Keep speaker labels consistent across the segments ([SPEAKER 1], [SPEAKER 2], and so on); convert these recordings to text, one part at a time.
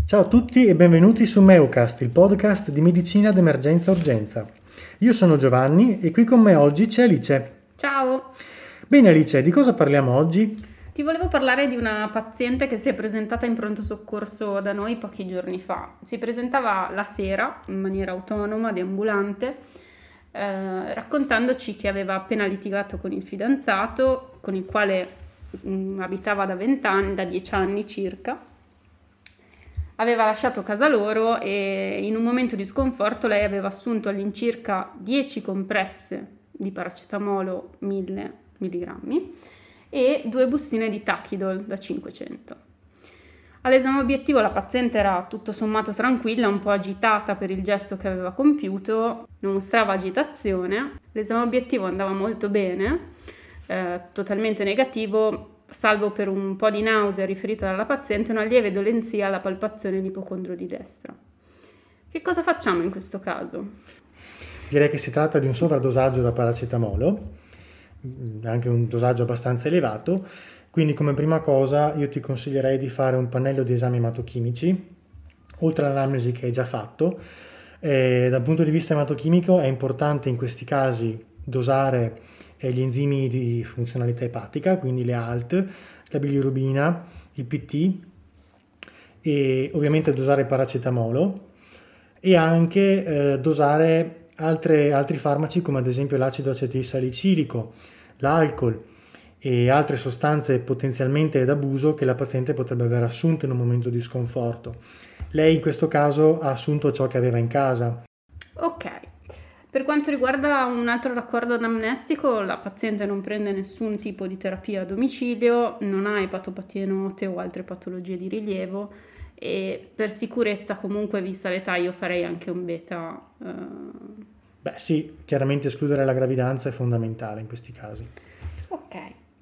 [SPEAKER 1] Ciao a tutti e benvenuti su Meucast, il podcast di medicina d'emergenza urgenza. Io sono Giovanni e qui con me oggi c'è Alice.
[SPEAKER 2] Ciao,
[SPEAKER 1] Bene Alice, di cosa parliamo oggi?
[SPEAKER 2] ti volevo parlare di una paziente che si è presentata in pronto soccorso da noi pochi giorni fa. Si presentava la sera in maniera autonoma, deambulante, raccontandoci che aveva appena litigato con il fidanzato, con il quale abitava da 20 anni, da 10 anni circa. Aveva lasciato casa loro e in un momento di sconforto lei aveva assunto all'incirca 10 compresse di paracetamolo 1000 mg e 2 bustine di Tachidol da 500. All'esame obiettivo la paziente era tutto sommato tranquilla, un po' agitata per il gesto che aveva compiuto, non mostrava agitazione. L'esame obiettivo andava molto bene, totalmente negativo, salvo per un po' di nausea riferita dalla paziente e una lieve dolenzia alla palpazione dell'ipocondrio di destra. Che cosa facciamo in questo caso?
[SPEAKER 1] Direi che si tratta di un sovradosaggio da paracetamolo, anche un dosaggio abbastanza elevato, quindi come prima cosa io ti consiglierei di fare un pannello di esami ematochimici, oltre all'anamnesi che hai già fatto. Dal punto di vista ematochimico è importante in questi casi dosare gli enzimi di funzionalità epatica, quindi le ALT, la bilirubina, il PT e ovviamente dosare paracetamolo e anche dosare altri farmaci come ad esempio l'acido acetilsalicilico, l'alcol e altre sostanze potenzialmente d'abuso che la paziente potrebbe aver assunto in un momento di sconforto. Lei in questo caso ha assunto ciò che aveva in casa.
[SPEAKER 2] Ok, per quanto riguarda un altro raccordo anamnestico, la paziente non prende nessun tipo di terapia a domicilio, non ha epatopatie note o altre patologie di rilievo e per sicurezza comunque vista l'età io farei anche un beta.
[SPEAKER 1] Beh sì, chiaramente escludere la gravidanza è fondamentale in questi casi.
[SPEAKER 2] Ok.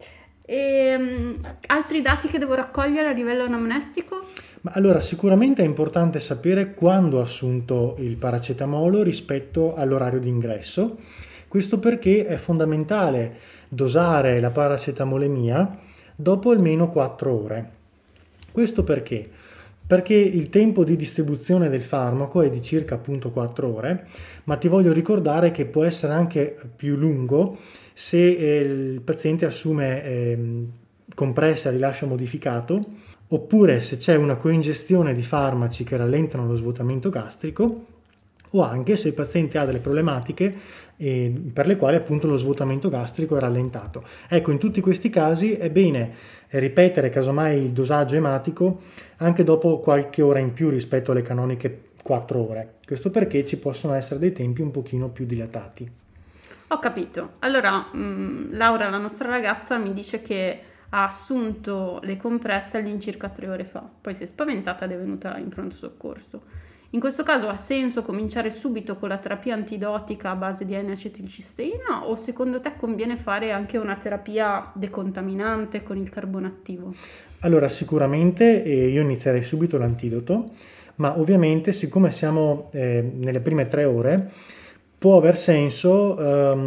[SPEAKER 2] Altri dati che devo raccogliere a livello anamnestico?
[SPEAKER 1] Ma allora sicuramente è importante sapere quando ha assunto il paracetamolo rispetto all'orario di ingresso. Questo perché è fondamentale dosare la paracetamolemia dopo almeno 4 ore. Questo perché? Perché il tempo di distribuzione del farmaco è di circa appunto 4 ore, ma ti voglio ricordare che può essere anche più lungo se il paziente assume compresse a rilascio modificato, oppure se c'è una coingestione di farmaci che rallentano lo svuotamento gastrico, o anche se il paziente ha delle problematiche per le quali appunto lo svuotamento gastrico è rallentato. Ecco, in tutti questi casi è bene ripetere casomai il dosaggio ematico anche dopo qualche ora in più rispetto alle canoniche 4 ore. Questo perché ci possono essere dei tempi un pochino più dilatati.
[SPEAKER 2] Ho capito. Allora, Laura, la nostra ragazza, mi dice che ha assunto le compresse all'incirca 3 ore fa, poi si è spaventata ed è venuta in pronto soccorso. In questo caso ha senso cominciare subito con la terapia antidotica a base di N-acetilcisteina o secondo te conviene fare anche una terapia decontaminante con il carbono attivo?
[SPEAKER 1] Allora, sicuramente io inizierei subito l'antidoto, ma ovviamente siccome siamo nelle prime 3 ore, può aver senso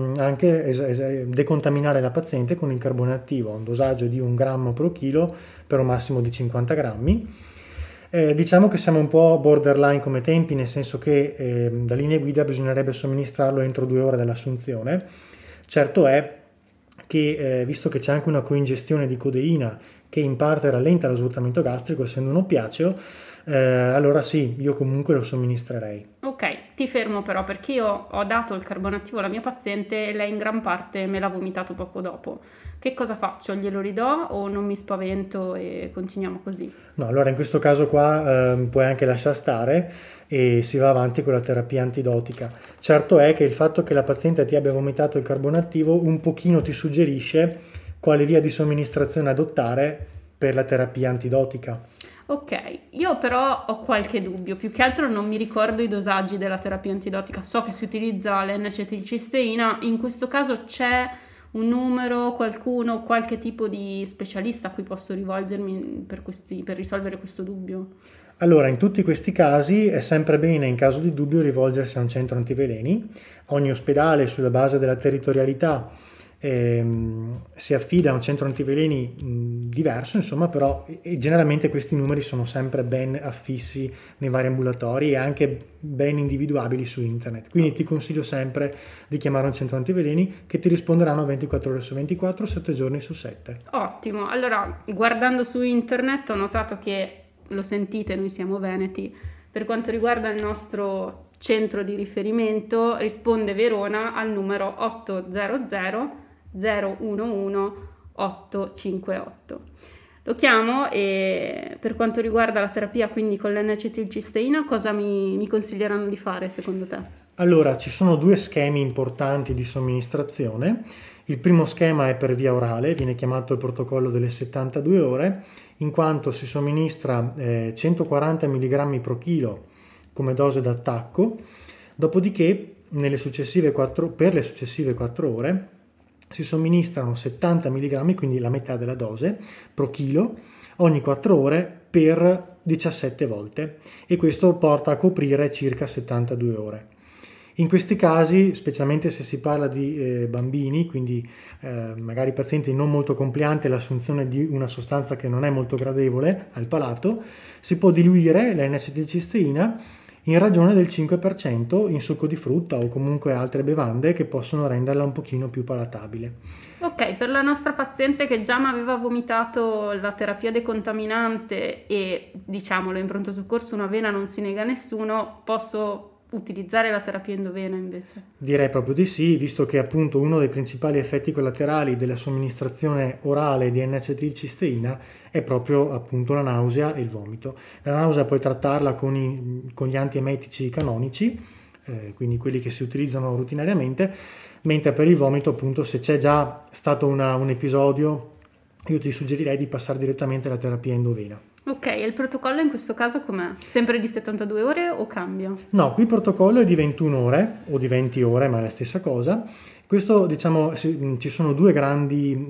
[SPEAKER 1] anche decontaminare la paziente con il carbone attivo, un dosaggio di 1 grammo per chilo per un massimo di 50 grammi. Diciamo che siamo un po' borderline come tempi, nel senso che da linee guida bisognerebbe somministrarlo entro 2 ore dall'assunzione. Certo è che visto che c'è anche una coingestione di codeina che in parte rallenta lo svuotamento gastrico, essendo un oppiaceo, allora sì, io comunque lo somministrerei.
[SPEAKER 2] Ok, ti fermo però perché io ho dato il carbono attivo alla mia paziente e lei in gran parte me l'ha vomitato poco dopo. Che cosa faccio? Glielo ridò o non mi spavento e continuiamo così?
[SPEAKER 1] No, allora in questo caso qua puoi anche lasciar stare e si va avanti con la terapia antidotica. Certo è che il fatto che la paziente ti abbia vomitato il carbono attivo un pochino ti suggerisce quale via di somministrazione adottare per la terapia antidotica.
[SPEAKER 2] Ok, io però ho qualche dubbio, più che altro non mi ricordo i dosaggi della terapia antidotica, so che si utilizza l'N-acetilcisteina, in questo caso c'è un numero, qualcuno, qualche tipo di specialista a cui posso rivolgermi per risolvere questo dubbio?
[SPEAKER 1] Allora, in tutti questi casi è sempre bene, in caso di dubbio, rivolgersi a un centro antiveleni. Ogni ospedale, sulla base della territorialità, si affida a un centro antiveleni diverso, insomma, però generalmente questi numeri sono sempre ben affissi nei vari ambulatori e anche ben individuabili su internet. Quindi ti consiglio sempre di chiamare un centro antiveleni che ti risponderanno 24 ore su 24, 7 giorni su 7.
[SPEAKER 2] Ottimo, allora guardando su internet ho notato che, lo sentite, noi siamo veneti, per quanto riguarda il nostro centro di riferimento risponde Verona al numero 800 011 858. Lo chiamo e per quanto riguarda la terapia quindi con l'N-acetilcisteina cosa mi consiglieranno di fare secondo te?
[SPEAKER 1] Allora, ci sono due schemi importanti di somministrazione. Il primo schema è per via orale, viene chiamato il protocollo delle 72 ore, in quanto si somministra 140 mg pro chilo come dose d'attacco, dopodiché per le successive 4 ore si somministrano 70 mg, quindi la metà della dose, pro chilo, ogni 4 ore per 17 volte e questo porta a coprire circa 72 ore. In questi casi, specialmente se si parla di bambini, quindi magari pazienti non molto complianti all'assunzione di una sostanza che non è molto gradevole al palato, si può diluire la N-acetilcisteina in ragione del 5% in succo di frutta o comunque altre bevande che possono renderla un pochino più palatabile.
[SPEAKER 2] Ok, per la nostra paziente che già mi aveva vomitato la terapia decontaminante e diciamolo in pronto soccorso una vena non si nega a nessuno, posso utilizzare la terapia endovena invece?
[SPEAKER 1] Direi proprio di sì, visto che appunto uno dei principali effetti collaterali della somministrazione orale di N-acetilcisteina è proprio appunto la nausea e il vomito. La nausea puoi trattarla con gli antiemetici canonici, quindi quelli che si utilizzano rutinariamente, mentre per il vomito appunto se c'è già stato un episodio io ti suggerirei di passare direttamente alla terapia endovena.
[SPEAKER 2] Ok, e il protocollo in questo caso com'è? Sempre di 72 ore o cambia?
[SPEAKER 1] No, qui il protocollo è di 21 ore o di 20 ore, ma è la stessa cosa. Questo, diciamo, ci sono due grandi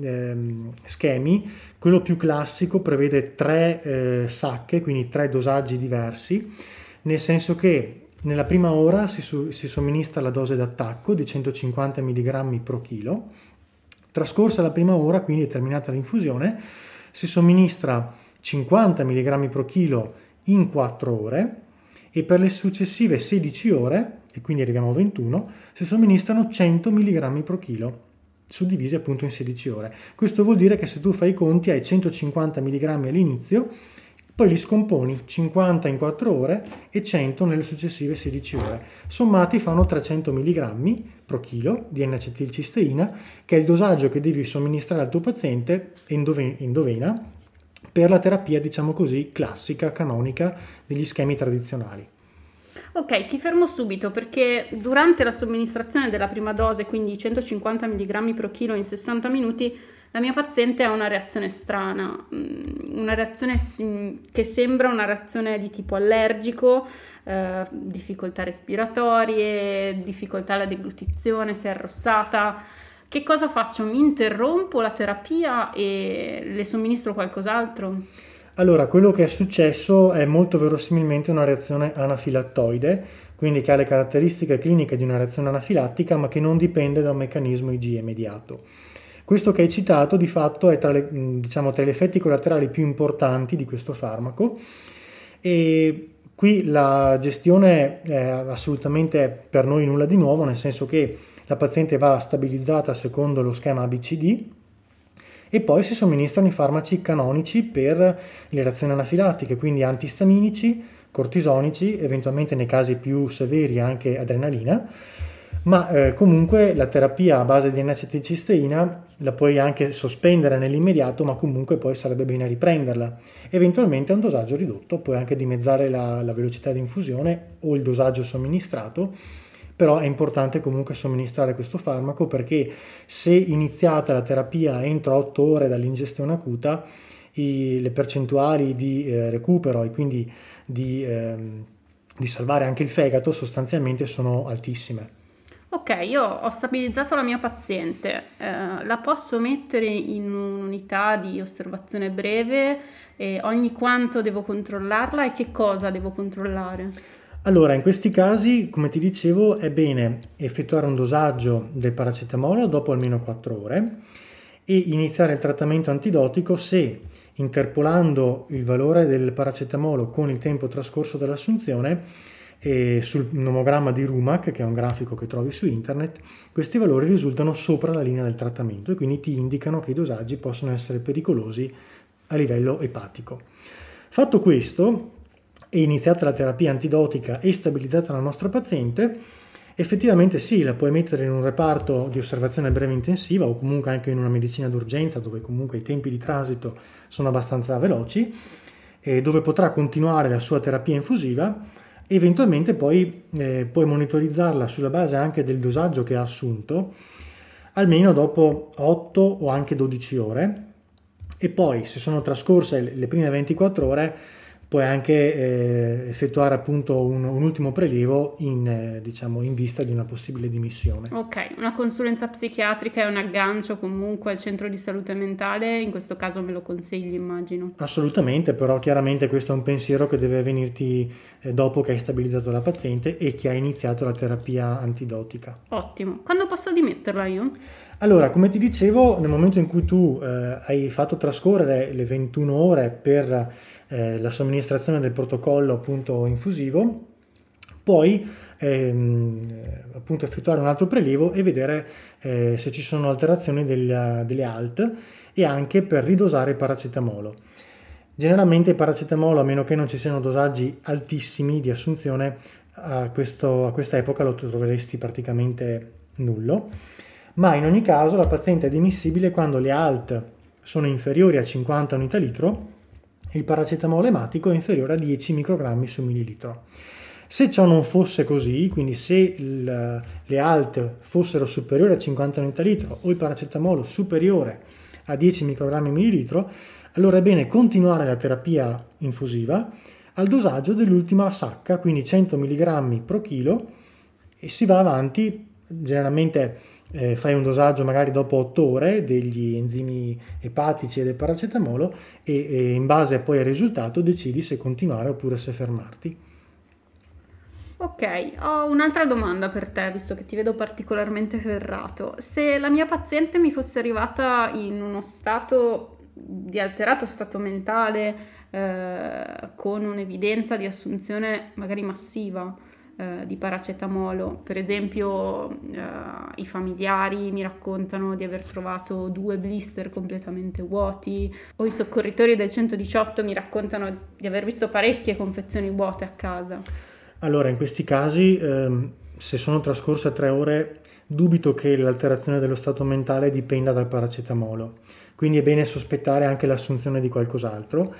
[SPEAKER 1] schemi. Quello più classico prevede 3 sacche, quindi 3 dosaggi diversi, nel senso che nella prima ora si somministra la dose d'attacco di 150 mg pro chilo. Trascorsa la prima ora, quindi terminata l'infusione, si somministra 50 mg pro chilo in 4 ore e per le successive 16 ore, e quindi arriviamo a 21, si somministrano 100 mg pro chilo, suddivisi appunto in 16 ore. Questo vuol dire che se tu fai i conti hai 150 mg all'inizio, poi li scomponi 50 in 4 ore e 100 nelle successive 16 ore. Sommati fanno 300 mg pro chilo di N-acetilcisteina, che è il dosaggio che devi somministrare al tuo paziente endovena per la terapia, diciamo così, classica, canonica degli schemi tradizionali.
[SPEAKER 2] Ok, ti fermo subito perché durante la somministrazione della prima dose, quindi 150 mg pro chilo in 60 minuti, la mia paziente ha una reazione strana, una reazione che sembra una reazione di tipo allergico, difficoltà respiratorie, difficoltà alla deglutizione, si è arrossata. Che cosa faccio? Mi interrompo la terapia e le somministro qualcos'altro?
[SPEAKER 1] Allora, quello che è successo è molto verosimilmente una reazione anafilattoide, quindi che ha le caratteristiche cliniche di una reazione anafilattica, ma che non dipende da un meccanismo IgE mediato. Questo che hai citato di fatto è tra gli effetti collaterali più importanti di questo farmaco e qui la gestione è assolutamente per noi nulla di nuovo, nel senso che la paziente va stabilizzata secondo lo schema ABCD e poi si somministrano i farmaci canonici per le reazioni anafilattiche, quindi antistaminici, cortisonici, eventualmente nei casi più severi anche adrenalina, ma comunque la terapia a base di N-acetilcisteina la puoi anche sospendere nell'immediato, ma comunque poi sarebbe bene riprenderla. Eventualmente a un dosaggio ridotto, puoi anche dimezzare la velocità di infusione o il dosaggio somministrato, però è importante comunque somministrare questo farmaco perché se iniziata la terapia entro 8 ore dall'ingestione acuta, le percentuali di recupero e quindi di salvare anche il fegato sostanzialmente sono altissime.
[SPEAKER 2] Ok, io ho stabilizzato la mia paziente, la posso mettere in un'unità di osservazione breve e ogni quanto devo controllarla e che cosa devo controllare?
[SPEAKER 1] Allora, in questi casi, come ti dicevo, è bene effettuare un dosaggio del paracetamolo dopo almeno 4 ore e iniziare il trattamento antidotico se, interpolando il valore del paracetamolo con il tempo trascorso dall'assunzione, sul nomogramma di Rumac, che è un grafico che trovi su internet, questi valori risultano sopra la linea del trattamento e quindi ti indicano che i dosaggi possono essere pericolosi a livello epatico. Fatto questo, e iniziata la terapia antidotica e stabilizzata la nostra paziente, effettivamente sì, la puoi mettere in un reparto di osservazione breve intensiva o comunque anche in una medicina d'urgenza dove comunque i tempi di transito sono abbastanza veloci e dove potrà continuare la sua terapia infusiva. Eventualmente poi puoi monitorizzarla sulla base anche del dosaggio che ha assunto, almeno dopo 8 o anche 12 ore, e poi se sono trascorse le prime 24 ore puoi anche effettuare appunto un ultimo prelievo diciamo, in vista di una possibile dimissione.
[SPEAKER 2] Ok, una consulenza psichiatrica è un aggancio comunque al centro di salute mentale, in questo caso me lo consigli, immagino.
[SPEAKER 1] Assolutamente, però chiaramente questo è un pensiero che deve venirti dopo che hai stabilizzato la paziente e che hai iniziato la terapia antidotica.
[SPEAKER 2] Ottimo, quando posso dimetterla io?
[SPEAKER 1] Allora, come ti dicevo, nel momento in cui tu hai fatto trascorrere le 21 ore per la somministrazione del protocollo appunto infusivo, puoi appunto effettuare un altro prelievo e vedere se ci sono alterazioni delle ALT e anche per ridosare il paracetamolo. Generalmente il paracetamolo, a meno che non ci siano dosaggi altissimi di assunzione, a questa epoca lo troveresti praticamente nullo, ma in ogni caso la paziente è dimissibile quando le ALT sono inferiori a 50 unità litro e il paracetamolo ematico è inferiore a 10 microgrammi su millilitro. Se ciò non fosse così, quindi se le ALT fossero superiori a 50 unità litro o il paracetamolo superiore a 10 microgrammi millilitro, allora è bene continuare la terapia infusiva al dosaggio dell'ultima sacca, quindi 100 mg pro chilo, e si va avanti. Generalmente fai un dosaggio magari dopo 8 ore degli enzimi epatici e del paracetamolo e in base poi al risultato decidi se continuare oppure se fermarti.
[SPEAKER 2] Ok, ho un'altra domanda per te, visto che ti vedo particolarmente ferrato. Se la mia paziente mi fosse arrivata in uno stato di alterato stato mentale, con un'evidenza di assunzione magari massiva di paracetamolo, per esempio i familiari mi raccontano di aver trovato 2 blister completamente vuoti, o i soccorritori del 118 mi raccontano di aver visto parecchie confezioni vuote a casa.
[SPEAKER 1] Allora, in questi casi, se sono trascorse 3 ore, dubito che l'alterazione dello stato mentale dipenda dal paracetamolo, quindi è bene sospettare anche l'assunzione di qualcos'altro.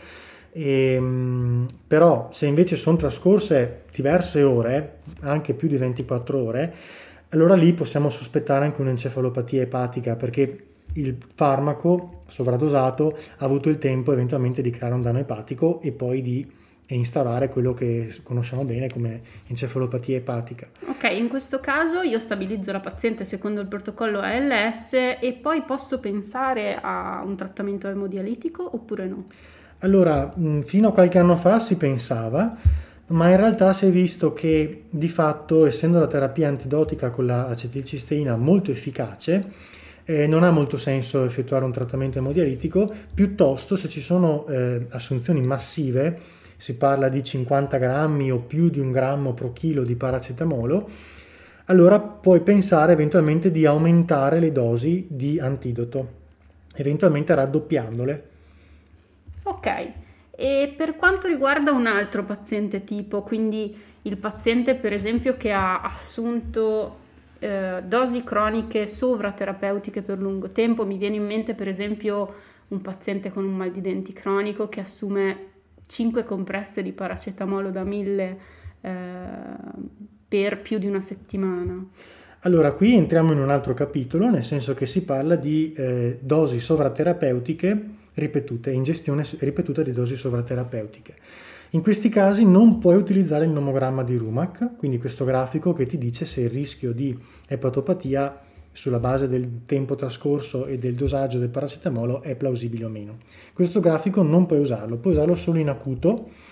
[SPEAKER 1] Però se invece sono trascorse diverse ore, anche più di 24 ore, allora lì possiamo sospettare anche un'encefalopatia epatica, perché il farmaco sovradosato ha avuto il tempo eventualmente di creare un danno epatico e poi di instaurare quello che conosciamo bene come encefalopatia epatica.
[SPEAKER 2] Ok, in questo caso io stabilizzo la paziente secondo il protocollo ALS e poi posso pensare a un trattamento emodialitico oppure no?
[SPEAKER 1] Allora, fino a qualche anno fa si pensava, ma in realtà si è visto che di fatto, essendo la terapia antidotica con la acetilcisteina molto efficace, non ha molto senso effettuare un trattamento emodialitico. Piuttosto, se ci sono assunzioni massive, si parla di 50 grammi o più di 1 grammo pro chilo di paracetamolo, allora puoi pensare eventualmente di aumentare le dosi di antidoto, eventualmente raddoppiandole.
[SPEAKER 2] Ok, e per quanto riguarda un altro paziente tipo, quindi il paziente per esempio che ha assunto dosi croniche sovraterapeutiche per lungo tempo, mi viene in mente per esempio un paziente con un mal di denti cronico che assume 5 compresse di paracetamolo da 1000 per più di una settimana.
[SPEAKER 1] Allora, qui entriamo in un altro capitolo, nel senso che si parla di dosi sovraterapeutiche ripetute, ingestione ripetuta di dosi sovraterapeutiche. In questi casi non puoi utilizzare il nomogramma di Rumac, quindi questo grafico che ti dice se il rischio di epatopatia sulla base del tempo trascorso e del dosaggio del paracetamolo è plausibile o meno. Questo grafico non puoi usarlo solo in acuto,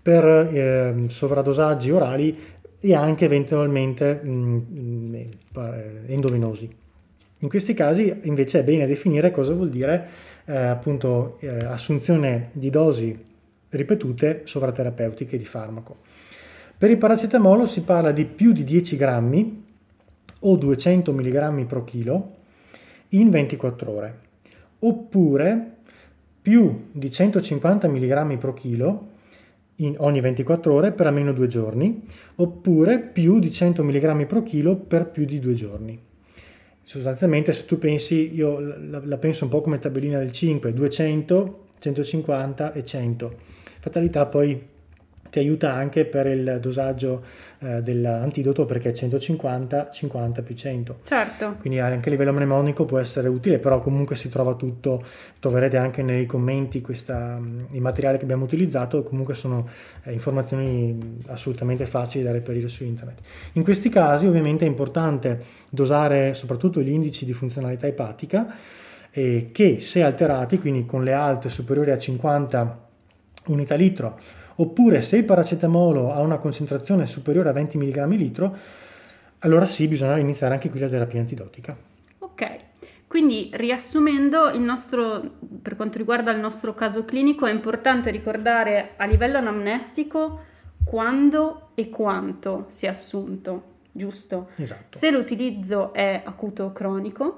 [SPEAKER 1] per sovradosaggi orali e anche eventualmente endovenosi. In questi casi invece è bene definire cosa vuol dire assunzione di dosi ripetute sovraterapeutiche di farmaco. Per il paracetamolo si parla di più di 10 grammi o 200 mg pro chilo in 24 ore, oppure più di 150 mg pro chilo in ogni 24 ore per almeno 2 giorni, oppure più di 100 mg pro chilo per più di 2 giorni. Sostanzialmente, se tu pensi, io la penso un po' come tabellina del 5, 200, 150 e 100. Fatalità poi ti aiuta anche per il dosaggio dell'antidoto, perché è 150, 50 più 100.
[SPEAKER 2] Certo.
[SPEAKER 1] Quindi anche a livello mnemonico può essere utile, però comunque si trova tutto, troverete anche nei commenti il materiale che abbiamo utilizzato, comunque sono informazioni assolutamente facili da reperire su internet. In questi casi ovviamente è importante dosare soprattutto gli indici di funzionalità epatica, che se alterati, quindi con le alte superiori a 50 unità litro, oppure se il paracetamolo ha una concentrazione superiore a 20 mg litro, allora sì, bisogna iniziare anche qui la terapia antidotica.
[SPEAKER 2] Ok, quindi riassumendo, per quanto riguarda il nostro caso clinico, è importante ricordare a livello anamnestico quando e quanto si è assunto, giusto?
[SPEAKER 1] Esatto.
[SPEAKER 2] Se l'utilizzo è acuto o cronico,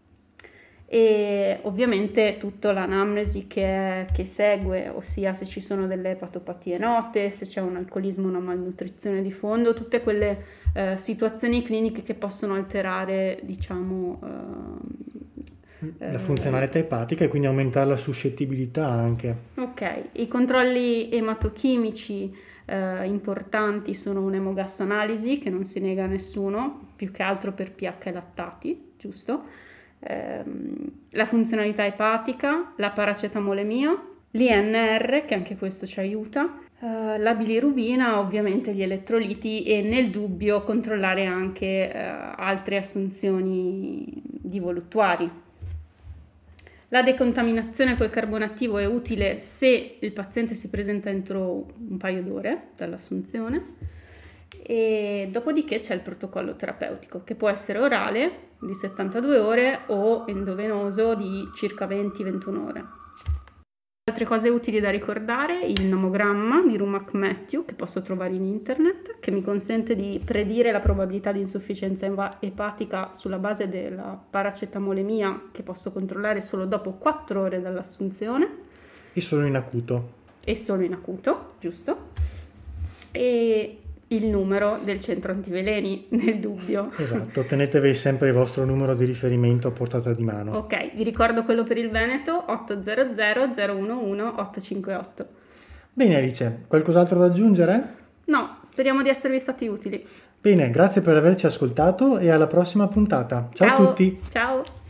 [SPEAKER 2] e ovviamente tutta l'anamnesi che segue, ossia se ci sono delle epatopatie note, se c'è un alcolismo, una malnutrizione di fondo, tutte quelle situazioni cliniche che possono alterare, diciamo,
[SPEAKER 1] la funzionalità epatica e quindi aumentare la suscettibilità anche.
[SPEAKER 2] Ok, i controlli ematochimici importanti sono un'emogas analisi, che non si nega a nessuno, più che altro per pH e lattati, giusto? La funzionalità epatica, la paracetamolemia, l'INR, che anche questo ci aiuta, la bilirubina, ovviamente gli elettroliti, e nel dubbio controllare anche altre assunzioni di voluttuari. La decontaminazione col carbone attivo è utile se il paziente si presenta entro un paio d'ore dall'assunzione, e dopodiché c'è il protocollo terapeutico, che può essere orale di 72 ore o endovenoso di circa 20-21 ore. Altre cose utili da ricordare: il nomogramma di Rumack-Matthew, che posso trovare in internet, che mi consente di predire la probabilità di insufficienza epatica sulla base della paracetamolemia, che posso controllare solo dopo 4 ore dall'assunzione.
[SPEAKER 1] E solo in acuto.
[SPEAKER 2] E solo in acuto, giusto. E il numero del centro antiveleni nel dubbio.
[SPEAKER 1] Esatto, tenetevi sempre il vostro numero di riferimento a portata di mano.
[SPEAKER 2] Ok, vi ricordo quello per il Veneto: 800 011 858.
[SPEAKER 1] Bene Alice, qualcos'altro da aggiungere?
[SPEAKER 2] No, speriamo di esservi stati utili.
[SPEAKER 1] Bene, grazie per averci ascoltato e alla prossima puntata. Ciao a tutti!
[SPEAKER 2] Ciao!